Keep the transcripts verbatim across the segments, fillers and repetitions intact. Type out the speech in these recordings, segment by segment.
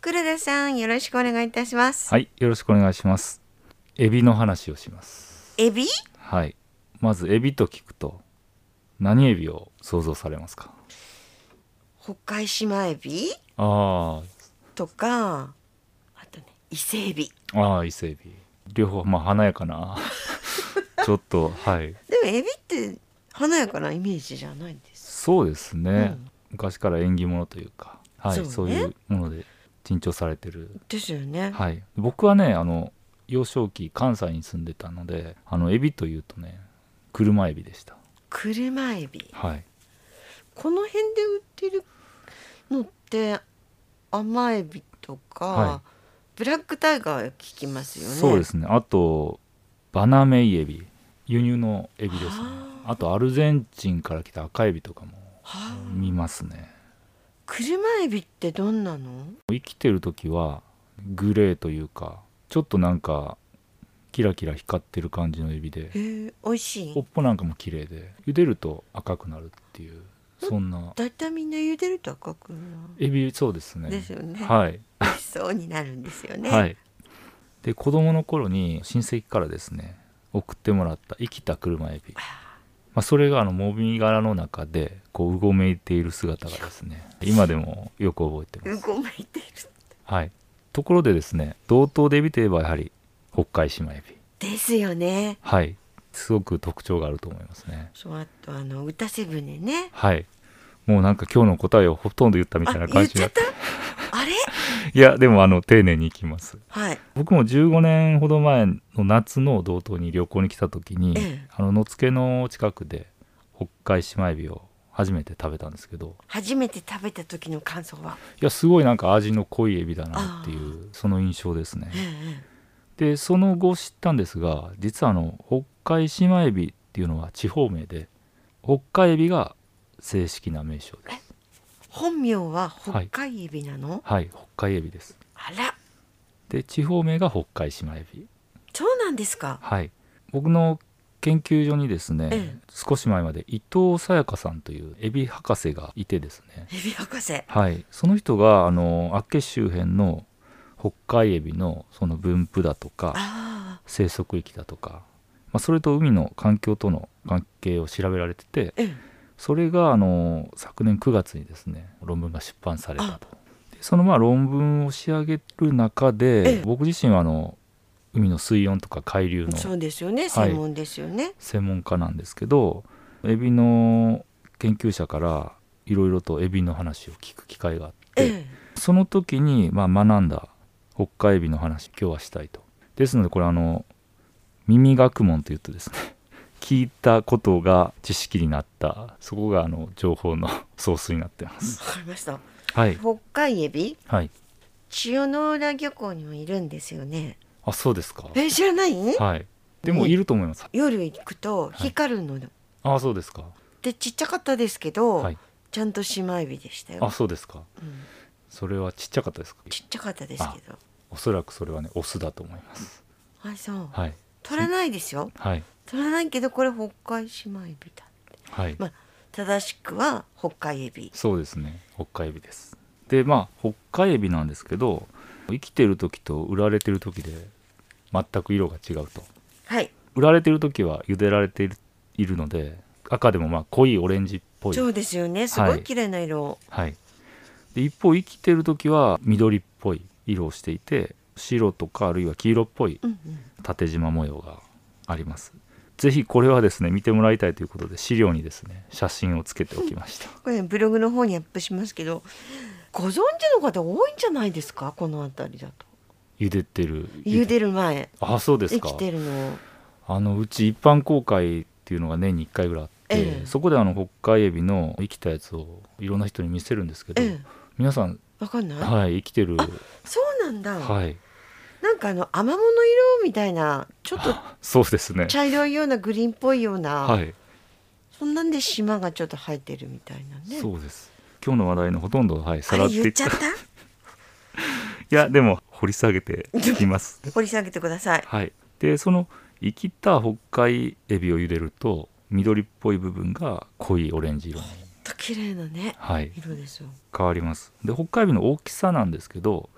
黒田さん、よろしくお願いいたします。 はい、よろしくお願いします。エビの話をします。 エビ？ はい。まずエビと聞くと何エビを想像されますか？ 北海島エビあとか、あとね、伊勢エビ。 あ、ああ、伊勢エビ。両方まあ華やかなちょっとはい。 でもエビって華やかなイメージじゃないんです。 そうですね。 うん、 昔から縁起物というか、はい、 そうね、 そういうもので珍重されてる。 ですよね。 はい。僕はね、あの幼少期関西に住んでたので、あのエビというとね、車エビでした。 車エビ。 はい。 この辺で売ってるのって甘エビとか、 はい、 ブラックタイガー聞きますよね。 そうですね。あとバナメイエビ、輸入のエビですね。あとアルゼンチンから来た赤エビとかも見ますね。 車エビってどんなの？ 生きてる時はグレーというか、ちょっとなんかキラキラ光ってる感じのエビで、 へえ、美味しい。 尾っぽなんかも綺麗で、茹でると赤くなるっていう、そんな。 だいたいみんな茹でると赤くなるエビ、そうですね。 ですよね。 はい。 美味しそうになるんですよね。 はい。で、子供の頃に親戚からですね、送ってもらった生きた車エビ、まあ、それがあのもみ殻の中でこううごめいている姿がですね、今でもよく覚えてます。 うごめいている。 はい。ところでですね、同等でエビといえばやはり北海島エビですよね。 はい、すごく特徴があると思いますね。 そう、あとあの歌瀬船ね。 はい。もうなんか今日の答えをほとんど言ったみたいな感じになって。 言っちゃったあれいやでもあの丁寧にいきます。 はい。 僕もじゅうごねんほど前の夏の道東に旅行に来た時に、 ええ、 あの野付の近くで北海島エビを初めて食べたんですけど、 初めて食べた時の感想は？ いやすごいなんか味の濃いエビだなっていうその印象ですね。 ええ、 でその後知ったんですが、実はあの北海島エビっていうのは地方名で、北海エビが正式な名称です。 本名は北海エビなの？ はい、はい、北海エビです。 あら、 で地方名が北海島エビ。 そうなんですか。 はい。僕の研究所にですね、 ええ、 少し前まで伊藤さやかさんというエビ博士がいてですね、 エビ博士。 はい、その人があの厚岸周辺の北海エビのその分布だとかあ生息域だとか、まあ、それと海の環境との関係を調べられてて、 あ、ええ、 それがあの昨年くがつにですね論文が出版されたと。でそのまあ論文を仕上げる中で、 ええ、 僕自身はあの海の水温とか海流の、 そうですよね、 はい、 専門ですよね。 専門家なんですけど、エビの研究者からいろいろとエビの話を聞く機会があって、 ええ、 その時にまあ学んだ北海エビの話今日はしたいと。ですのでこれあの耳学問といってですね聞いたことが知識になった、そこがあの情報のソースになってます。 わかりました。 はい、 北海エビ、 はい。 千代の浦漁港にもいるんですよね。 あ、そうですか。 え、知らない？ はい。でもいると思います。 夜行くと光るので、 あ、そうですか。 でちっちゃかったですけど、 はい。 ちゃんと島エビでしたよ。 あ、そうですか。 うん、 それはちっちゃかったですか。 ちっちゃかったですけど。 おそらくそれはねオスだと思います。 あ、そう。 はい。 取らないですよ。 はい。 取らないけどこれ北海島エビだ。 はい。 まあ正しくは北海エビ。 そうですね。北海エビです。で、まあ北海エビなんですけど、生きてる時と売られてる時で全く色が違うと。 はい。 売られてる時は茹でられている、いるので、赤でもまあ濃いオレンジっぽい。 そうですよね。すごい綺麗な色。 はい。で一方生きてる時は緑っぽい色をしていて、白とかあるいは黄色っぽいうんうん、 縦縞模様があります。ぜひこれはですね見てもらいたいということで資料にですね写真をつけておきました。 これ、ね、ブログの方にアップしますけど、ご存知の方多いんじゃないですか、この辺りだと。 茹でてる茹でる前。 あ、そうですか。 生きてるの。 あのうち一般公開っていうのが年にいっかいぐらいあって、 ええ、 そこであの北海エビの生きたやつをいろんな人に見せるんですけど、 ええ、 皆さんわかんない。 はい生きてる。 あ、そうなんだ。 はい。 なんかあのアマモの色みたいな、ちょっとそうですね。 茶色いようなグリーンっぽいような、 はい。 そんなんで島がちょっと入ってるみたいなね。 そうです。今日の話題のほとんどはいさあれらっていった。い言っちゃった。 やでも掘り下げていきます。 掘り下げてください。 はい。でその生きた北海エビを茹でると緑っぽい部分が濃いオレンジ色に、 と綺麗なね、 はい、 色ですよ。 変わります。で北海エビの大きさなんですけど、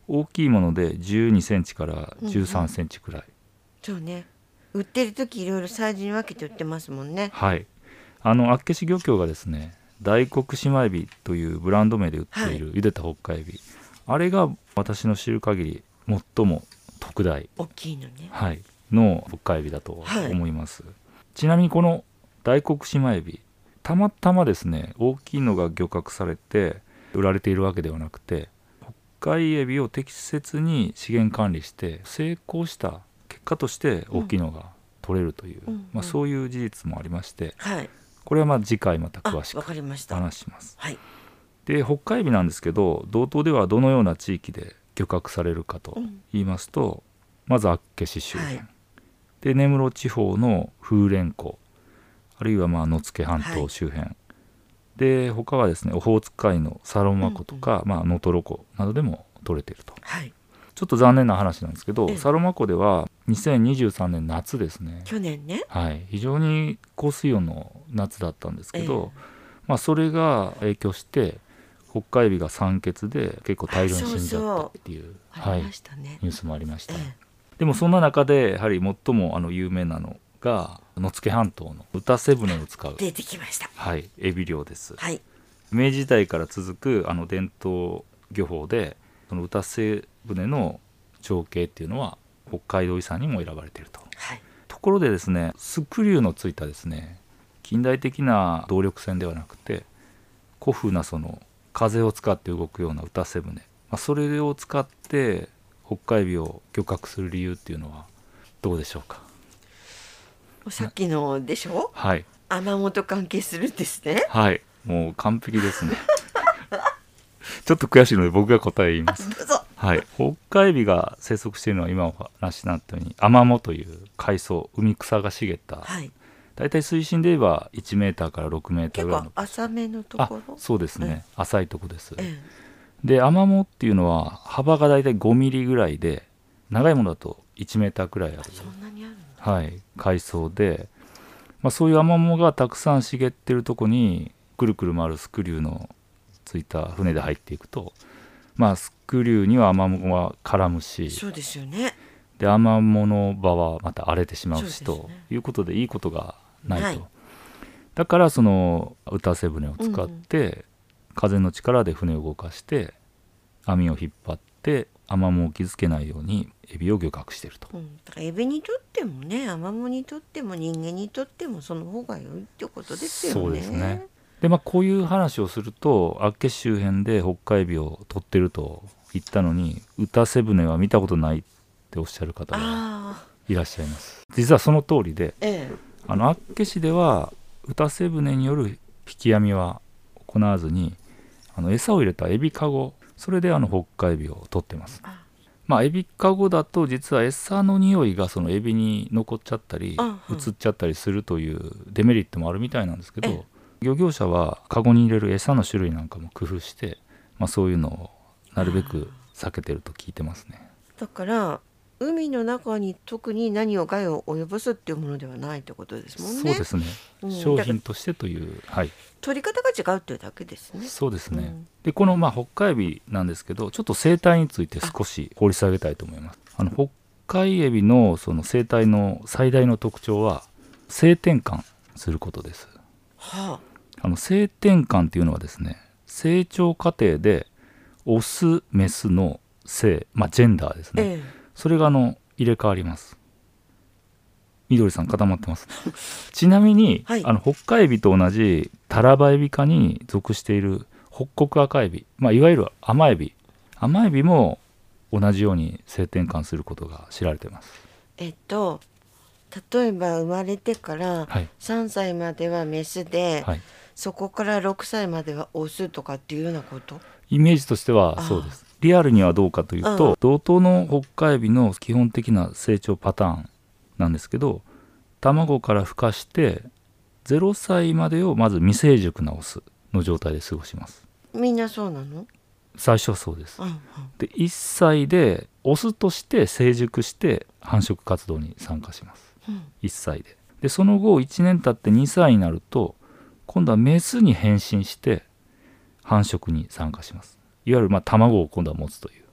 大きいものでじゅうにセンチからじゅうさんセンチくらい、うんうん、 そうね、売ってる時いろいろサイズに分けて売ってますもんね。 はい、あの厚岸漁協がですね大黒島エビというブランド名で売っている茹でた北海エビ、あれが私の知る限り最も特大大きいのね、 はい、の北海エビだと思います、はい、ちなみにこの大黒島エビたまたまですね大きいのが漁獲されて売られているわけではなくて、北海エビを適切に資源管理して成功した結果として大きいのが取れるという、うん、まあ、そういう事実もありまして、 はい、 これはまあ次回また詳しく話します。 はい、 で北海エビなんですけど、道東ではどのような地域で漁獲されるかと言いますと、うん、まず厚岸周辺、はい、で根室地方の風蓮湖、あるいはまあ野付半島周辺、はい、で他はですねオホーツク海のサロマ湖とか、うんうん、まあ、能取湖などでも取れていると、はい、ちょっと残念な話なんですけど、サロマ湖ではにせんにじゅうさんねん夏ですね、 去年ね、 はい、非常に高水温の夏だったんですけど、えーまあ、それが影響して北海エビが酸欠で結構大量に死んじゃったっていう、はい、ニュースもありました、えー、でもそんな中でやはり最もあの有名なのが野付半島の歌瀬船を使う出てきました、 はい、エビ漁です、 はい、 明治時代から続くあの伝統漁法で、その歌瀬船の造形っていうのは北海道遺産にも選ばれていると、はい、ところでですねスクリューのついたですね近代的な動力船ではなくて古風なその風を使って動くような歌瀬船、まあ、それを使って北海エビを漁獲する理由っていうのはどうでしょうか。 さっきのでしょ、 はい、 アマモと関係するんですね。 はい、もう完璧ですねちょっと悔しいので僕が答え言います。はい、北海エビが生息しているのは今お話になったようにアマモという海藻、海草が茂った、はい、だいたい水深で言えばいちメーターからろくメーターぐらいの、 結構浅めのところ。 あ、そうですね、うん、浅いとこです、 うん、 でアマモっていうのは幅がだいたいごミリぐらいで長いものだといちメーターくらいある、 そんなにあるんだ、 はい、海藻で、まあ、そういうアマモがたくさん茂ってるとこにくるくる回るスクリューのついた船で入っていくと、まあ、スクリューにはアマモは絡むし、 そうですよね、 でアマモの場はまた荒れてしまうし、ね、ということでいいことがないと、はい、だからその歌瀬船を使って、うんうん、風の力で船を動かして網を引っ張ってアマモを傷つけないようにエビを漁獲していると、 うん、だからエビにとってもね、アマモにとっても人間にとってもその方が良いってことですよね。 そうですね。で、まあ、こういう話をすると厚岸周辺で北海エビを取ってると言ったのに歌瀬船は見たことないっておっしゃる方がいらっしゃいます。実はその通りで、ええ、あの厚岸では歌瀬船による引き網は行わずにあの餌を入れたエビカゴ、それであの北海エビを取ってます。まあ、エビカゴだと実は餌の匂いがそのエビに残っちゃったり移っちゃったりするというデメリットもあるみたいなんですけど、漁業者はカゴに入れる餌の種類なんかも工夫して、まあ、そういうのをなるべく避けてると聞いてますね。 だから海の中に特に何を害を及ぼすっていうものではないってことですもんね。 そうですね、うん、商品としてという、はい、 取り方が違うっていうだけですね。 そうですね、うん、でこのまあ北海エビなんですけど、ちょっと生態について少し掘り下げたいと思います。あの北海エビのその生態の最大の特徴は性転換することです。はあ、あの性転換っていうのはですね、成長過程でオスメスの性、まあ、ジェンダーですね、ええ、それがあの入れ替わります。みどりさん固まってますちなみに、はい、あの北海エビと同じタラバエビ科に属している北国赤エビ、まあ、いわゆる甘エビ甘エビも同じように性転換することが知られています。 えっと例えば生まれてからさんさいまではメスで、はい、そこからろくさいまではオスとかっていうようなこと。 イメージとしてはそうです。リアルにはどうかというと、同等の北海エビの基本的な成長パターンなんですけど、卵から孵化してゼロさいまでをまず未成熟なオスの状態で過ごします。 みんなそうなの？ 最初はそうです、 うんうん、 でいっさいでオスとして成熟して繁殖活動に参加します、うん、いっさいで。でその後いちねん経ってにさいになると今度はメスに変身して繁殖に参加します。いわゆるまあ卵を今度は持つという。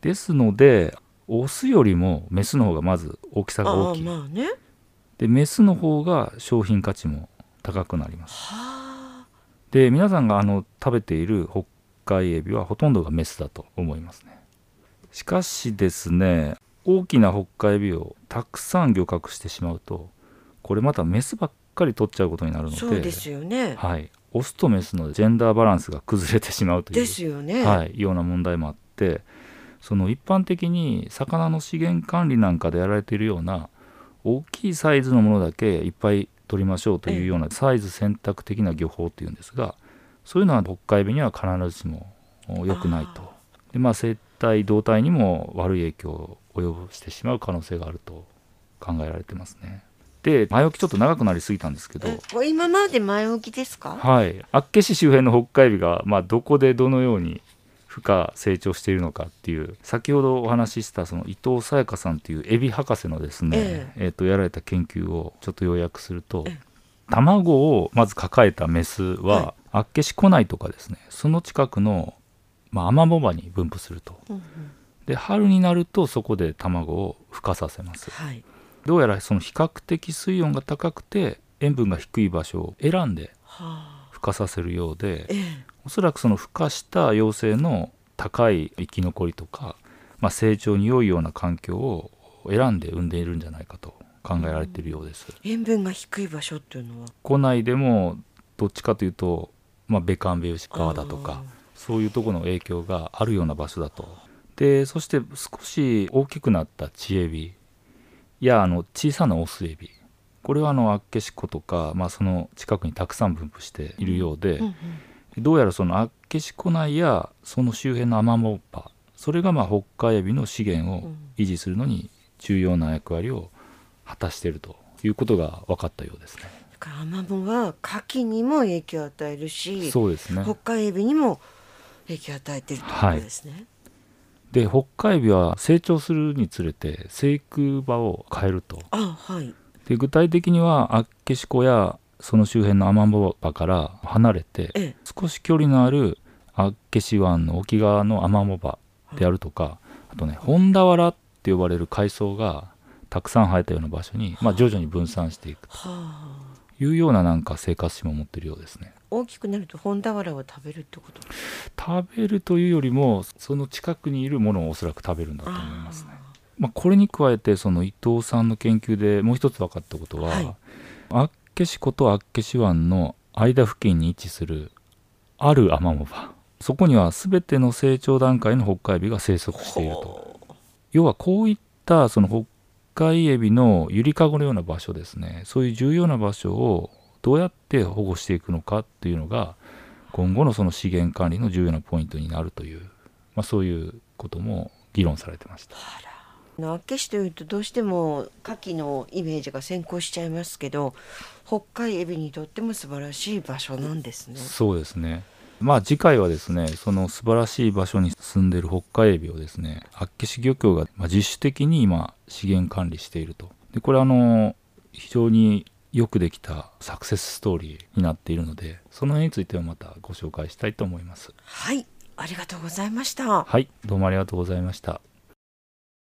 ですのでオスよりもメスの方がまず大きさが大きい。 あ、まあね、 でメスの方が商品価値も高くなります。 はあ、 で皆さんがあの食べている北海エビはほとんどがメスだと思いますね。しかしですね、大きな北海エビをたくさん漁獲してしまうとこれまたメスばっかり取っちゃうことになるので、 そうですよね、 はい、オスとメスのジェンダーバランスが崩れてしまうというですよね、 はい、ような問題もあって、その一般的に魚の資源管理なんかでやられているような大きいサイズのものだけいっぱい取りましょうというようなサイズ選択的な漁法というんですが、そういうのは北海エビには必ずしも良くないと。で、まあ、生態動態にも悪い影響を及ぼしてしまう可能性があると考えられてますね。で、前置きちょっと長くなりすぎたんですけど、 え今まで前置きですか？ はい、厚岸周辺の北海エビが、まあ、どこでどのように孵化成長しているのかっていう、先ほどお話ししたその伊藤沙耶香さんというエビ博士のですね、えええー、とやられた研究をちょっと要約すると、ええ、卵をまず抱えたメスは厚岸湖内とかですね、その近くの、まあ、アマモ場に分布すると、うんうん、で春になるとそこで卵を孵化させます、はい、どうやらその比較的水温が高くて塩分が低い場所を選んで孵化させるようで、はあ、ええ、おそらくその孵化した幼生の高い生き残りとか、まあ、成長に良いような環境を選んで産んでいるんじゃないかと考えられているようです。 塩分が低い場所っていうのは湖内でもどっちかというと、まあ、ベカンベウシ川だとかそういうところの影響があるような場所だと。でそして少し大きくなった稚エビやあの小さなオスエビ、これはあの厚岸湖とか、まあ、その近くにたくさん分布しているようで、うんうんうん、どうやらその厚岸湖内やその周辺のアマモ場、それがまあ北海エビの資源を維持するのに重要な役割を果たしているということが分かったようですね。 アマモは牡蠣にも影響を与えるし、 そうですね、 北海エビにも影響を与えているということですね。はい、 で北海エビは成長するにつれて生育場を変えると。 あ、はい、 で具体的には厚岸湖やその周辺のアマモ場から離れて、ええ、少し距離のある厚岸湾の沖側のアマモ場であるとか、はい、あとね本田原って呼ばれる海藻がたくさん生えたような場所に、まあ、徐々に分散していくというようななんか生活史も持っているようですね。 大きくなると本田原を食べるってこと？ 食べるというよりもその近くにいるものをおそらく食べるんだと思いますね。まあ、これに加えてその伊藤さんの研究でもう一つ分かったことは、はい、厚岸湖と厚岸湾の間付近に位置するあるアマモ場、そこには全ての成長段階の北海エビが生息していると。要はこういったその北海エビのゆりかごのような場所ですね、そういう重要な場所をどうやって保護していくのかっていうのが今後のその資源管理の重要なポイントになるという、まあ、そういうことも議論されてました。 厚岸というとどうしても牡蠣のイメージが先行しちゃいますけど、北海エビにとっても素晴らしい場所なんですね。 そうですね。まあ次回はですね、その素晴らしい場所に住んでいる北海エビをですね、厚岸漁協が自主的に今資源管理していると。でこれはあの非常によくできたサクセスストーリーになっているので、その辺についてはまたご紹介したいと思います。 はい、ありがとうございました。 はい、どうもありがとうございました。